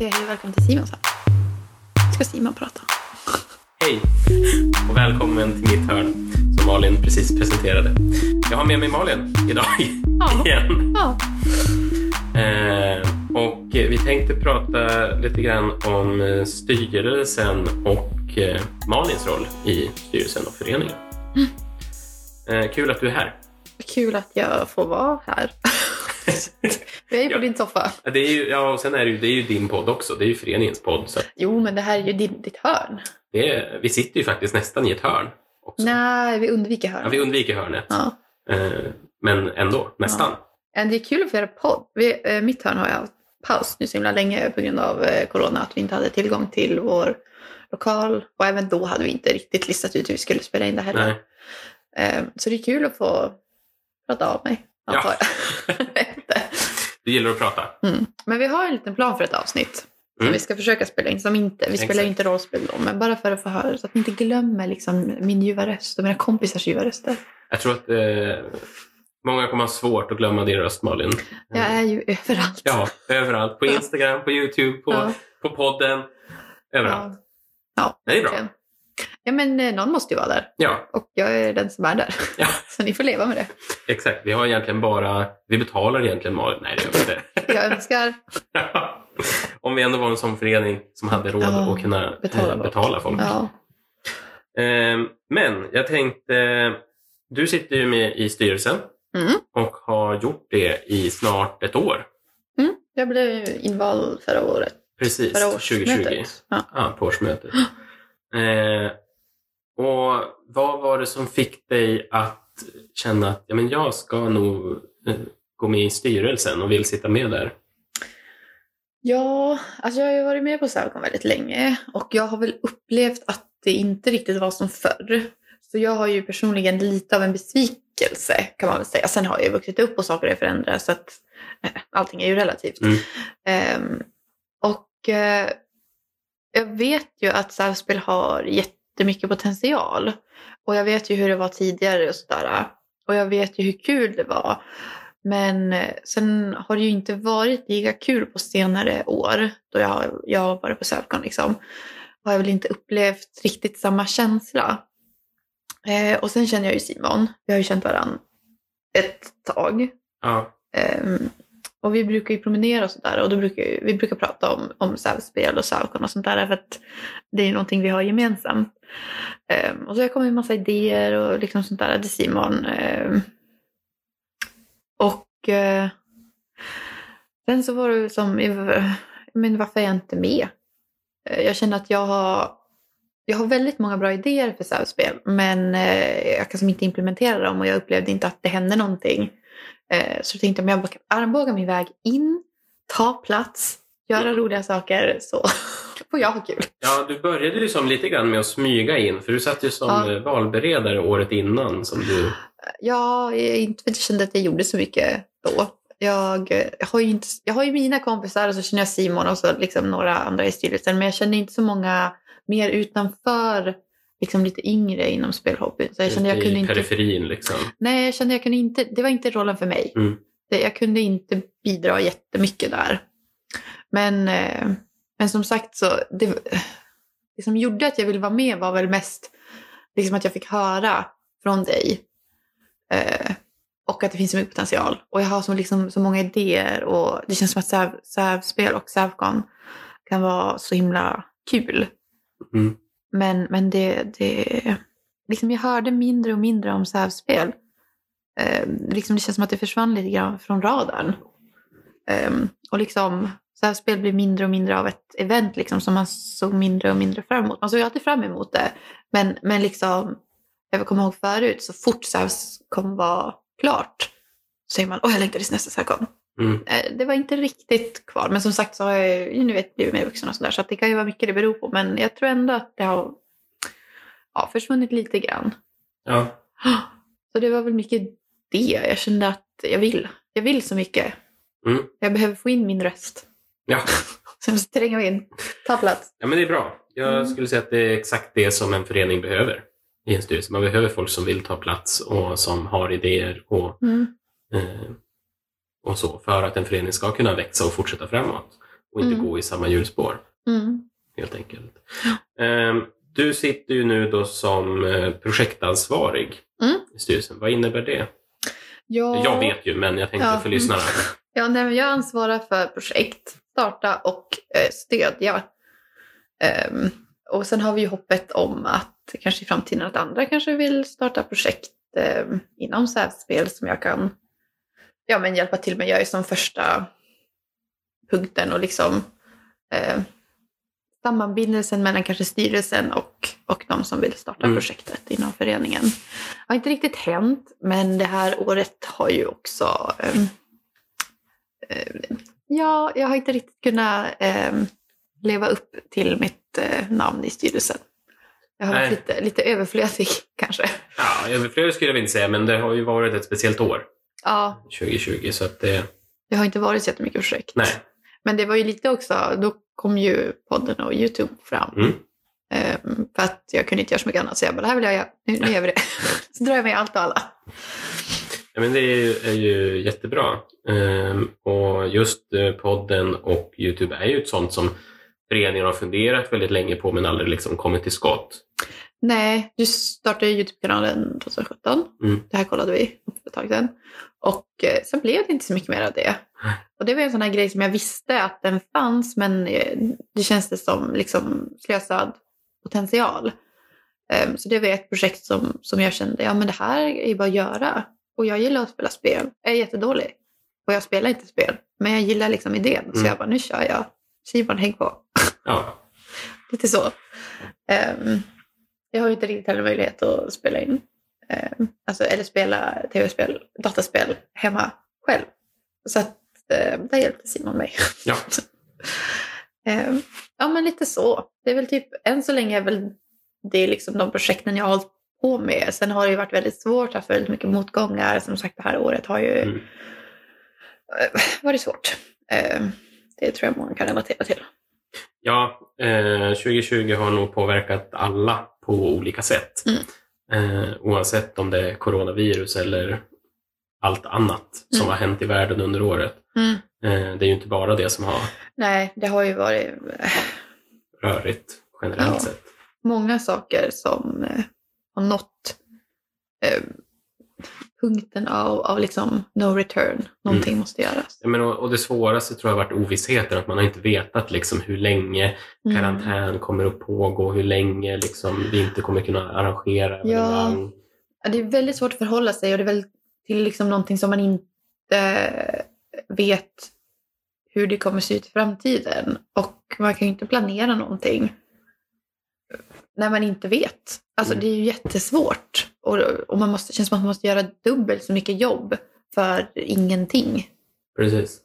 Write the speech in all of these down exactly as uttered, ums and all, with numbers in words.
säger hej och välkommen till Simon. Så. Ska Simon prata? Hej och välkommen till mitt hörn som Malin precis presenterade. Jag har med mig Malin idag Ja. igen. Ja. Eh, och vi tänkte prata lite grann om styrelsen och eh, Malins roll i styrelsen och föreningen. Mm. Eh, kul att du är här. Kul att jag får vara här. Jag är ju på Ja. din soffa. Det är ju, ja, och sen är det ju, det är ju din podd också. Det är ju föreningens podd. Så att Jo, men det här är ju din, ditt hörn. det är, vi sitter ju faktiskt nästan i ett hörn också. Nej, vi undviker hörn. Ja, vi undviker hörnet. Ja. Eh, men ändå, nästan. Ja. Det är kul att få göra podd. Vi, eh, mitt hörn har jag haft paus nu så himla länge på grund av eh, corona. Att vi inte hade tillgång till vår lokal. Och även då hade vi inte riktigt listat ut hur vi skulle spela in det här. Nej. Eh, så det är kul att få prata av mig. Ja. Du gillar att prata. Mm. Men vi har en liten plan för ett avsnitt som Mm. vi ska försöka spela in. Som inte, vi spelar Exakt. ju inte rollspel då, men bara för att få höra så att ni inte glömmer liksom min ljuva röst och mina kompisars ljuva röster. Jag tror att eh, många kommer ha svårt att glömma din röst, Malin. Jag är ju överallt. Ja, överallt. På Instagram, på YouTube, på, Ja. på podden. Överallt. Ja. Ja, Det är bra. verkligen. Ja, men eh, någon måste ju vara där. Ja, Och jag är den som är där. Ja. Så ni får leva med det. exakt. Vi har egentligen bara... Vi betalar egentligen Malin. Nej, det gör vi inte. Jag önskar. Om vi ändå var en sån förening som hade råd Ja, att kunna betala betala, folk. betala folk. Ja. Ehm, men jag tänkte... Du sitter ju med i styrelsen Mm. och har gjort det i snart ett år. Mm. Jag blev invald förra året. Precis, Förra tjugo tjugo. årsmötet. Ja. Ja, på årsmötet. Eh, och vad var det som fick dig att känna att ja, men jag ska nog eh, gå med i styrelsen och vill sitta med där? Ja, alltså jag har ju varit med på Sävcon väldigt länge och jag har väl upplevt att det inte riktigt var som förr. Så jag har ju personligen lite av en besvikelse kan man väl säga. Sen har jag ju vuxit upp och saker har förändrats så att eh, allting är ju relativt. Mm. Ehm, och eh, jag vet ju att Sävspel har jättemycket potential. Och jag vet ju hur det var tidigare och sådär. Och jag vet ju hur kul det var. Men eh, sen har det ju inte varit lika kul på senare år. Då jag, har- jag har varit på Sävcon liksom. Har jag väl inte upplevt riktigt samma känsla. Eh, och sen känner jag ju Simon. Vi har ju känt varandra ett tag. Ja, Ehm, och vi brukar ju promenera och sådär. Och då brukar ju, vi brukar prata om, om Sävspel och Sävcon och sånt där. För att det är någonting vi har gemensamt. Ehm, och så har kommit en massa idéer och liksom sånt där till Simon. Ehm, och eh, sen så var det som, men varför är jag inte med? Eh, Jag känner att jag har, jag har väldigt många bra idéer för Sävspel. Men eh, jag kan som inte implementera dem och jag upplevde inte att det hände någonting. Eh, så jag tänkte om jag bara kan armbåga min väg in, ta plats, göra roliga saker så får jag ha kul. ja, du började ju som lite grann med att smyga in. För du satt ju som Ja. eh, valberedare året innan. Som du... Ja, jag, inte för att jag kände att jag gjorde så mycket då. Jag, jag, har ju inte, jag har ju mina kompisar och så känner jag Simon och så liksom några andra i styrelsen. Men jag känner inte så många mer utanför liksom lite yngre inom spelhobbyn. Så jag kände jag ute kunde i inte... periferin liksom. Nej, jag kände jag kunde inte... Det var inte rollen för mig. Mm. Det, jag kunde inte bidra jättemycket där. Men, eh, men som sagt så... Det, det som gjorde att jag ville vara med var väl mest liksom att jag fick höra från dig. Eh, och att det finns så mycket potential. Och jag har så, liksom, så många idéer. Och det känns som att Säv, Sävspel och Sävcon kan vara så himla kul. Mm. Men, men det, det... Liksom jag hörde mindre och mindre om Sävspel. Eh, liksom det känns som att det försvann lite grann från radarn. Eh, och liksom Sävspel blev mindre och mindre av ett event liksom, som man såg mindre och mindre fram emot. Man såg ju alltid fram emot det. Men, men liksom, jag kommer ihåg förut, så fort Sävcon var klart så säger man, åh jag längtar tills nästa Sävcon. Mm. Eh, det var inte riktigt kvar. Men som sagt så har jag ju nu vet, blivit mer vuxen och sådär. Så att det kan ju vara mycket det beror på. Men jag tror ändå att det har ja, försvunnit lite grann. Ja. Så det var väl mycket det. Jag kände att jag vill. Jag vill så mycket. Mm. Jag behöver få in min röst. Ja. Sen så tränger vi in. Ta plats. Ja, men det är bra. Jag Mm. skulle säga att det är exakt det som en förening behöver i en styrelse. Man behöver folk som vill ta plats och som har idéer och, Mm. eh, och så för att en förening ska kunna växa och fortsätta framåt. och inte Mm. gå i samma hjulspår. Mm. Helt enkelt. Um, du sitter ju nu då som uh, projektansvarig Mm. i styrelsen. Vad innebär det? Ja. Jag vet ju, men jag tänkte Ja. för lyssnarna. Ja, nej, men jag ansvarar för projekt, starta och eh, stödja. Um, och sen har vi ju hoppet om att kanske i framtiden att andra kanske vill starta projekt eh, inom S A V-spel som jag kan ja, men hjälpa till med. Jag är som första punkten och liksom eh, sammanbindelsen mellan kanske styrelsen och, och de som vill starta Mm. projektet inom föreningen. Det har inte riktigt hänt, men det här året har ju också eh, eh, ja, jag har inte riktigt kunnat eh, leva upp till mitt eh, namn i styrelsen. Jag har varit Nej. lite, lite överflödig kanske. Ja, överflödig skulle jag inte säga, men det har ju varit ett speciellt år. Ja, tjugo tjugo, så att det... det har inte varit så jättemycket projekt. Nej. Men det var ju lite också, då kom ju podden och YouTube fram. Mm. Um, för att jag kunde inte göra så mycket annat. Så jag bara, det här vill jag göra. Nu, nu gör vi det. Så drar jag med allt och alla. Ja, men det är ju, är ju jättebra. Ehm, och just eh, podden och YouTube är ju ett sånt som föreningen har funderat väldigt länge på, men aldrig liksom kommit till skott. Nej, du startade YouTube-kanalen tjugosjutton. Mm. Det här kollade vi upp för ett tag sedan. Och eh, sen blev det inte så mycket mer av det. Och det var en sån här grej som jag visste att den fanns, men eh, det känns det som liksom slösad potential. Um, så det var ett projekt som, som jag kände, ja men det här är ju bara att göra. Och jag gillar att spela spel. Jag är jättedålig. Och jag spelar inte spel. Men jag gillar liksom idén. Så Mm. jag bara, nu kör jag. Simon, häng på. Ja. Lite så. Um, jag har ju inte riktigt heller möjlighet att spela in. Um, alltså, eller spela tv-spel, dataspel hemma själv. Så att um, där hjälpte Simon mig. Ja. um, ja, men lite så. Det är väl typ, än så länge är väl det är liksom de projekten jag har hållit på med. Sen har det ju varit väldigt svårt. Jag har väldigt mycket motgångar. Som sagt, det här året har ju Mm. varit svårt. Um, det tror jag många kan relatera till. Ja, eh, tjugo tjugo har nog påverkat alla på olika sätt. Mm. Eh, oavsett om det är coronavirus eller allt annat som Mm. har hänt i världen under året. Mm. Eh, det är ju inte bara det som har Nej, det har ju varit rörigt generellt Ja. sett. många saker som eh, har nått eh, punkten av, av liksom no return. Någonting Mm. måste göras. Ja, men och, och det svåraste tror jag har varit ovissheten, att man har inte vetat liksom hur länge Mm. karantän kommer att pågå, hur länge liksom vi inte kommer kunna arrangera Ja. evenemang. Ja, det är väldigt svårt att förhålla sig och det är väl till liksom någonting som man inte vet hur det kommer se ut i framtiden. Och man kan ju inte planera någonting när man inte vet. Alltså Mm. det är ju jättesvårt. Och, och man måste, känns som att man måste göra dubbelt så mycket jobb för ingenting. Precis.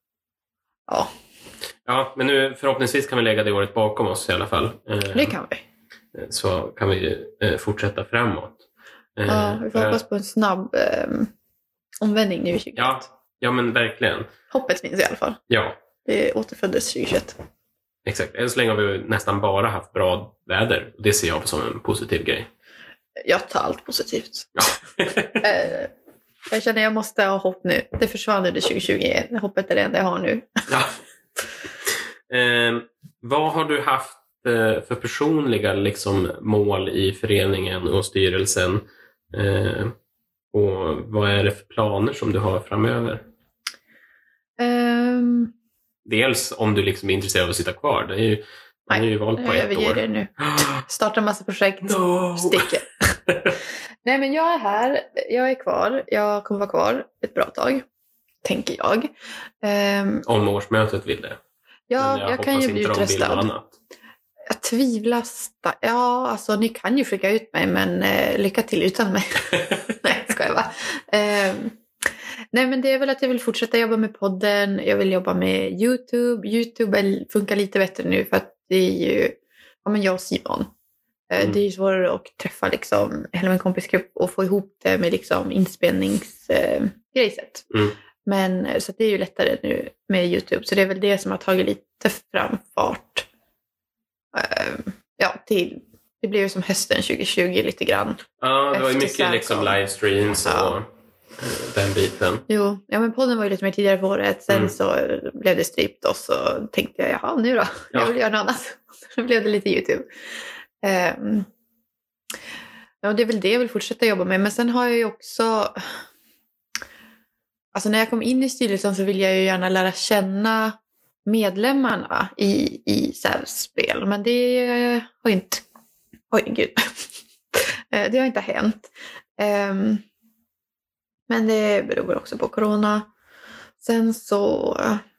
Ja, Ja, men nu förhoppningsvis kan vi lägga det året bakom oss i alla fall. Eh, det kan vi. Så kan vi eh, fortsätta framåt. Eh, Ja, vi får för- hoppas på en snabb eh, omvändning nu i tjugohundratjugoett. Ja, ja, men verkligen. Hoppet finns i alla fall. Ja, Det återföddes tjugohundratjugoett. exakt. Än så länge har vi nästan bara haft bra väder. Det ser jag som en positiv grej. Jag tar allt positivt. Ja. Eh, jag känner att jag måste ha hopp nu. Det försvann under tjugohundratjugo. Hoppet är det enda jag har nu. Ja. Eh, vad har du haft eh, för personliga liksom, mål i föreningen och styrelsen? Eh, och vad är det för planer som du har framöver? Um, Dels om du liksom är intresserad av att sitta kvar. Det är ju, man är ju valt på jag ett överger år. det nu. Starta en massa projekt. No! Sticker. Nej, men jag är här. Jag är kvar. Jag kommer vara kvar ett bra tag. Tänker jag. Um, Om årsmötet vill det. ja, Men jag, hoppas kan ju bli inte de vill något utröstad. annat. Jag tvivlar. sta- Ja, alltså ni kan ju skicka ut mig, men eh, lycka till utan mig. Nej, ska jag bara. Eh, nej, men det är väl att jag vill fortsätta jobba med podden. Jag vill jobba med YouTube. YouTube är, funkar lite bättre nu för att det är ju ja, men jag och Simon. Eh, Mm. Det är ju svårare att träffa liksom, hela min kompisgrupp och få ihop det med liksom, inspelningsgrejset. Mm. Men eh, så att det är ju lättare nu med YouTube. Så det är väl det som har tagit lite framfart. Uh, ja, till, det blev ju som hösten tjugohundratjugo lite grann. Ja, det var ju Efter mycket liksom Samsung. livestreams och Ja. den biten. Jo, ja, men podden var ju lite mer tidigare på året. Sen Mm. så blev det strypt och så tänkte jag, jaha, nu då? Jag Ja. vill göra något annat. Så blev det lite YouTube. Um, ja, det är väl det jag vill fortsätta jobba med. Men sen har jag ju också... Alltså när jag kom in i styrelsen så vill jag ju gärna lära känna medlemmarna i, i Sävspel. Men det har inte... Oj, gud. Det har inte hänt. Um, men det beror också på corona. Sen så...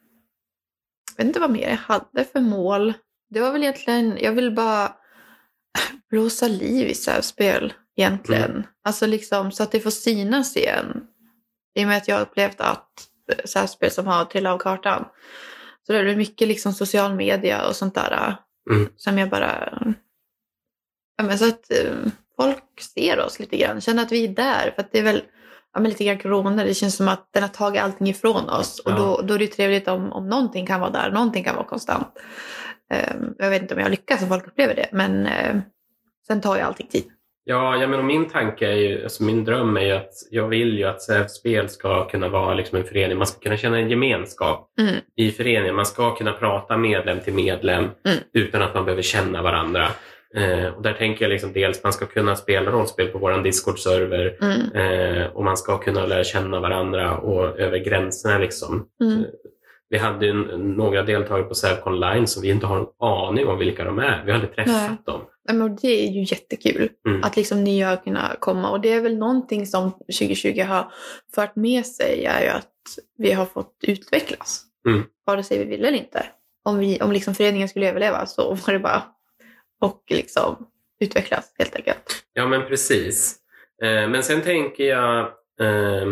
Jag vet inte vad mer jag hade för mål. Det var väl egentligen... Jag vill bara blåsa liv i Sävspel egentligen. Mm. Alltså liksom så att det får synas igen. I och med att jag har upplevt att Sävspel som har trillat av kartan. Så det är mycket liksom social media och sånt där. Mm. Som jag bara... Ja, men så att uh, folk ser oss lite grann. Känner att vi är där. För att det är väl ja, men lite grann corona. Det känns som att den har tagit allting ifrån oss. Och ja. då, då är det trevligt om, om någonting kan vara där. Någonting kan vara konstant. Uh, jag vet inte om jag lyckas om folk upplever det. Men uh, sen tar jag allting tid. Ja, ja men min tanke är ju, alltså min dröm är ju att jag vill ju att Sävspel ska kunna vara liksom en förening. Man ska kunna känna en gemenskap mm. i föreningen. Man ska kunna prata medlem till medlem mm. utan att man behöver känna varandra. Eh, och där tänker jag liksom dels man ska kunna spela rollspel på våran Discord-server mm. eh, och man ska kunna lära känna varandra och över gränserna liksom. Mm. Vi hade ju några deltagare på Sävcon Online som vi inte har en aning om vilka de är. Vi har aldrig träffat Nej. dem. Men det är ju jättekul mm. att liksom nya kunna komma. Och det är väl någonting som tjugo tjugo har fört med sig är ju att vi har fått utvecklas. Mm. Vare sig vi vill eller inte. Om, vi, om liksom föreningen skulle överleva så var det bara och liksom utvecklas helt enkelt. Ja men precis. Eh, men sen tänker jag eh,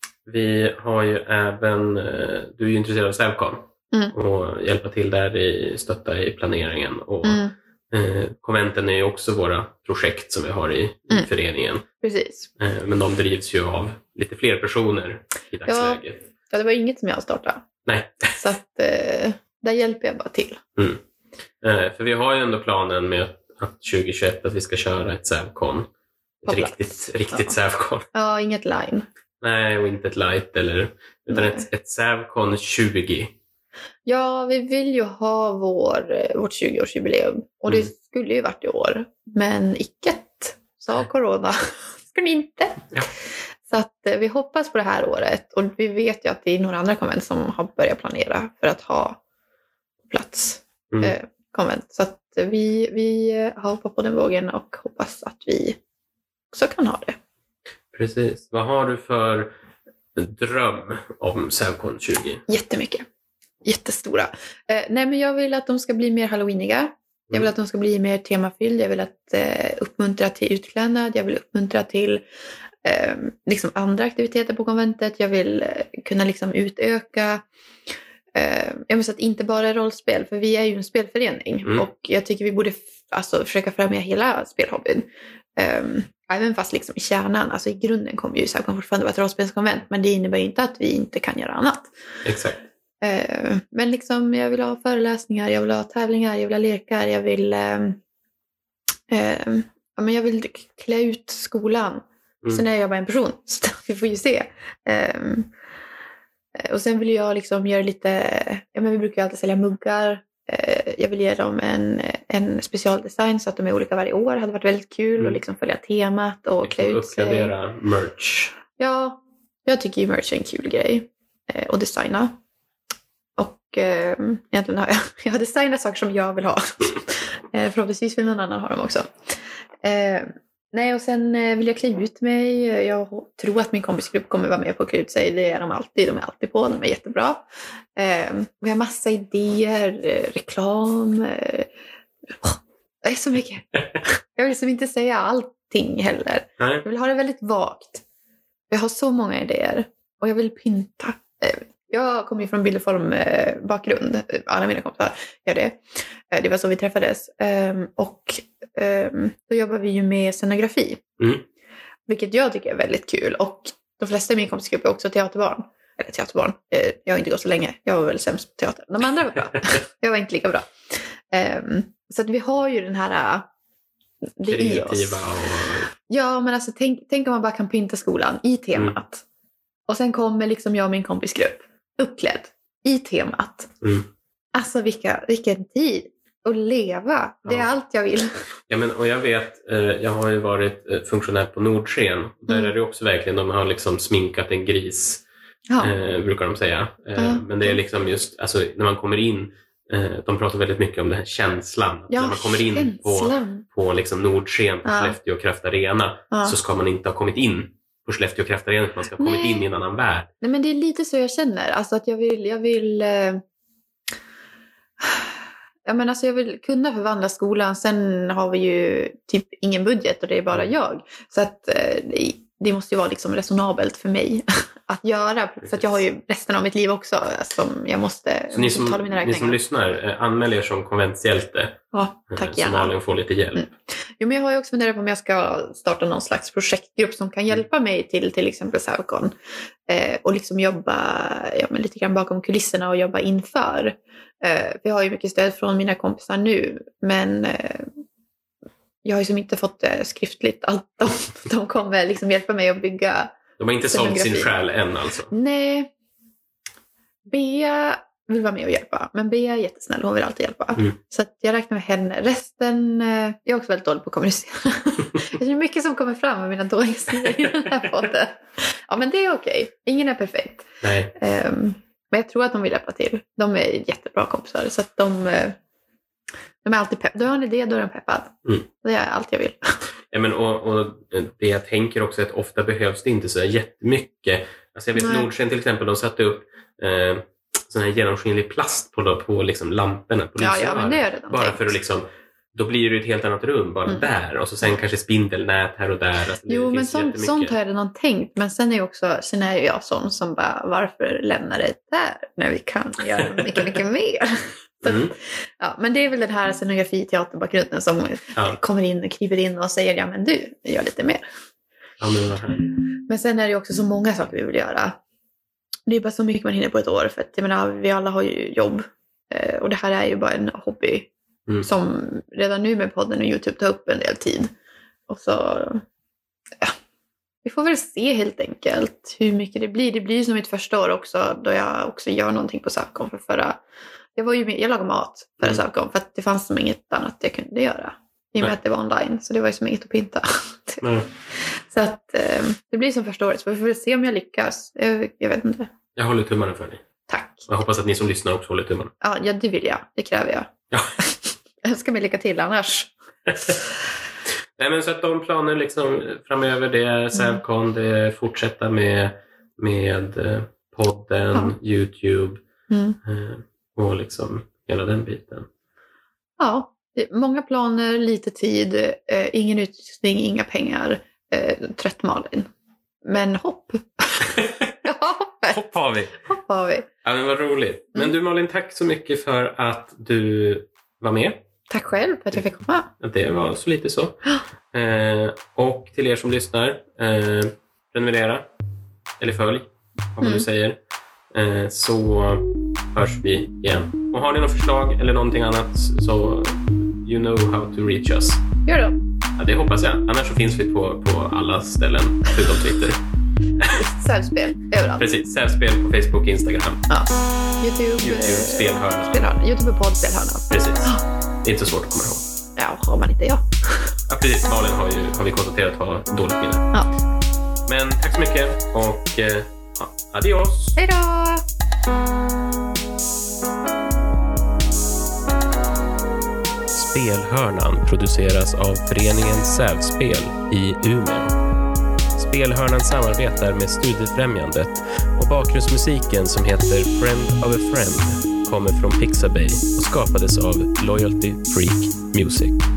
vi har ju även eh, du är ju intresserad av Sävcon mm. och hjälpa till där i stötta i planeringen och mm. eh, konventen är ju också våra projekt som vi har i, mm. i föreningen. Precis. Eh, men de drivs ju av lite fler personer i dagsläget. Ja, ja det var inget som jag startade. Nej. Så att eh, där hjälper jag bara till. Mm. Eh, för vi har ju ändå planen med att tjugo tjugoett att vi ska köra ett Sävcon. Ett riktigt, riktigt ja. Sävcon. Ja, inget line. Nej, och inte ett light eller utan ett, ett Sävcon tjugo. Ja, vi vill ju ha vår, vårt tjugo-årsjubileum. Och det mm. skulle ju varit i år. Men icket, sa corona. Skulle inte. Ja. Så att eh, vi hoppas på det här året. Och vi vet ju att det är några andra konvent som har börjat planera för att ha plats. Mm. Eh, konvent. Så att vi, vi har hoppat på den vågen och hoppas att vi också kan ha det. Precis. Vad har du för dröm om Sävcon tjugo? Jättemycket. Jättestora. Eh, nej men jag vill att de ska bli mer halloweeniga. Jag vill att de ska bli mer temafylld. Jag vill att eh, uppmuntra till utklädnad. Jag vill uppmuntra till eh, liksom andra aktiviteter på konventet. Jag vill eh, kunna liksom utöka. Eh, jag vill så att inte bara är rollspel. För vi är ju en spelförening. Mm. Och jag tycker vi borde f- alltså, försöka främja hela spelhobbyn. Eh, även fast liksom i kärnan. Alltså i grunden kommer ju Sävcon fortfarande vara ett rollspelskonvent. Men det innebär ju inte att vi inte kan göra annat. Exakt. Men liksom jag vill ha föreläsningar, jag vill ha tävlingar, jag vill ha lekar, jag vill eh, eh, ja, men jag vill klä ut skolan. Mm. Sen är jag bara en person, så vi får ju se. Eh, och sen vill jag liksom göra lite, ja men vi brukar alltid sälja muggar. Eh, jag vill ge dem en, en specialdesign så att de är olika varje år. Det hade varit väldigt kul mm. att liksom följa temat och klä ut sig. Uppgradera merch. Ja, jag tycker ju merch är en kul grej. Eh, och designa. Och eh, egentligen har jag, jag har designat saker som jag vill ha. eh, förhoppningsvis vill någon annan ha dem också. Eh, nej, och sen eh, vill jag klä ut mig. Jag tror att min kompisgrupp kommer vara med på att klä ut sig. Det är de alltid. De är alltid på. De är jättebra. Eh, vi har massa idéer. Eh, reklam. Eh, oh, det är så mycket. Jag vill liksom inte säga allting heller. Nej. Jag vill ha det väldigt vagt. Jag har så många idéer. Och jag vill pynta. Eh, Jag kommer ju från bildform eh, bakgrund. Alla mina kompisar gör det. Eh, det var så vi träffades. Um, och um, då jobbar vi ju med scenografi. Mm. Vilket jag tycker är väldigt kul. Och de flesta i min kompisgrupp är också teaterbarn. Eller teaterbarn. Eh, jag har inte gått så länge. Jag var väl sämst på teater. De andra var bra. Jag var inte lika bra. Um, så att vi har ju den här... Det i oss. Och... Ja, men alltså tänk, tänk om man bara kan pynta skolan i temat. Mm. Och sen kommer liksom jag och min kompisgrupp uppklädd i temat. Mm. Alltså vilka, vilken tid att leva. Det är ja. allt jag vill. Ja, men, och jag vet, eh, jag har ju varit eh, funktionär på Nordsken. Där mm. är det också verkligen, de har liksom sminkat en gris. Ja. Eh, brukar de säga. Eh, ja. Men det är liksom just, alltså när man kommer in, eh, de pratar väldigt mycket om den här känslan. Ja, när man kommer in känslan. på, på liksom Nordsken på ja. Skellefteå Kraftarena ja. så ska man inte ha kommit in på Skellefteå Kraftarena. Man ska ha kommit Nej. in i en annan värld. Nej, men det är lite så jag känner. Alltså att jag vill, jag vill... Eh... Ja, men alltså jag vill kunna förvandla skolan. Sen har vi ju typ ingen budget och det är bara jag. Så att eh, det måste ju vara liksom resonabelt för mig att göra. Precis. För att jag har ju resten av mitt liv också som jag måste, så ni som, betala mina räkningar. Ni som lyssnar, anmäl er som konventshjälte. Ja, tack gärna. Så Malin får lite hjälp. Mm. Jo, men jag har ju också funderat på om jag ska starta någon slags projektgrupp som kan hjälpa mig till till exempel Sävcon. Eh, och liksom jobba ja, men lite grann bakom kulisserna och jobba inför. Eh, för jag har ju mycket stöd från mina kompisar nu. Men eh, jag har ju som inte fått det eh, skriftligt att de, de kommer liksom hjälpa mig att bygga. De har inte sålt sin själ än alltså? Nej. Bea vill vara med och hjälpa. Men Bea är jättesnäll. Hon vill alltid hjälpa. Mm. Så att jag räknar med henne. Resten, eh, jag är också väldigt dålig på att kommunicera. Det är mycket som kommer fram med mina dåliga sidor i den här podden. Ja, men det är okej. Ingen är perfekt. Nej. Um, men jag tror att de vill hjälpa till. De är jättebra kompisar. Så att de, de är alltid pepp. Då har en idé, då är de peppad. Mm. Det är allt jag vill. Ja, men och, och det jag tänker också är att ofta behövs det inte så jättemycket. Alltså jag vet Nej. Nordsken till exempel, de satte upp eh, sån här genomskinlig plast på, på liksom lamporna. På ja, ja, men det är det de bara tänkt. För att liksom, då blir det ett helt annat rum bara mm. där. Och så sen kanske spindelnät här och där. Alltså jo, men sånt, sånt har jag redan tänkt. Men sen är, också, sen är jag sån som bara, varför lämnar det där när vi kan göra mycket, mycket mer? Så, mm. ja, men det är väl den här scenografi-teaterbakgrunden som ja. kommer in och kliver in och säger, ja men du, gör lite mer. Ja, men, vad här. Men sen är det också så många saker vi vill göra. Det är bara så mycket man hinner på ett år. För att jag menar, vi alla har ju jobb. Eh, och det här är ju bara en hobby. Mm. Som redan nu med podden och YouTube tar upp en del tid. Och så... Ja, vi får väl se helt enkelt hur mycket det blir. Det blir ju som mitt första år också. Då jag också gör någonting på Sävcon för förra... Jag var ju med, jag lagade mat för mm. Sävcon. För att det fanns som inget annat jag kunde göra. I och med Nej. Att det var online. Så det var ju som inget att pinta. Mm. Så att eh, det blir som första året. Så vi får väl se om jag lyckas. Jag, jag vet inte. Jag håller tummarna för dig. Tack. Jag hoppas att ni som lyssnar också håller tummarna. Ja, ja det vill jag. Det kräver jag. Ja. Jag ska mig lycka till annars. Nej, men så att de planer liksom framöver, det är Sävcon, det är fortsätta med, med podden, ja. YouTube mm. och liksom hela den biten. Ja. Många planer, lite tid, eh, ingen utrustning, inga pengar, eh, trött Malin. Men hopp. Ja, hopp har vi. Hopp har vi. Ja, men vad roligt. Men du Malin, tack så mycket för att du var med. Tack själv för att jag fick komma. Det var så lite så. eh, och till er som lyssnar, eh, prenumerera eller följ, vad man nu säger. Eh, så hörs vi igen. Och har ni något förslag eller någonting annat så you know how to reach us. Gör det. Ja, det hoppas jag. Annars så finns vi på, på alla ställen förutom Twitter. Sävspel, överallt. Precis, Sävspel på Facebook och Instagram. Ja. YouTube, YouTube spelhörna. spelhörna. YouTube och podd spelhörna. Precis. Det är inte så svårt att komma ihåg. Ja, har man inte jag. Ja, precis. Malin har, ju, har vi konstaterat har dåligt minne. Ja. Men tack så mycket och eh, ja, adios. Hej då! Spelhörnan produceras av föreningen Sävspel i Umeå. Spelhörnan samarbetar med Studiefrämjandet och bakgrundsmusiken som heter Friend of a Friend kommer från Pixabay och skapades av Loyalty Freak Music.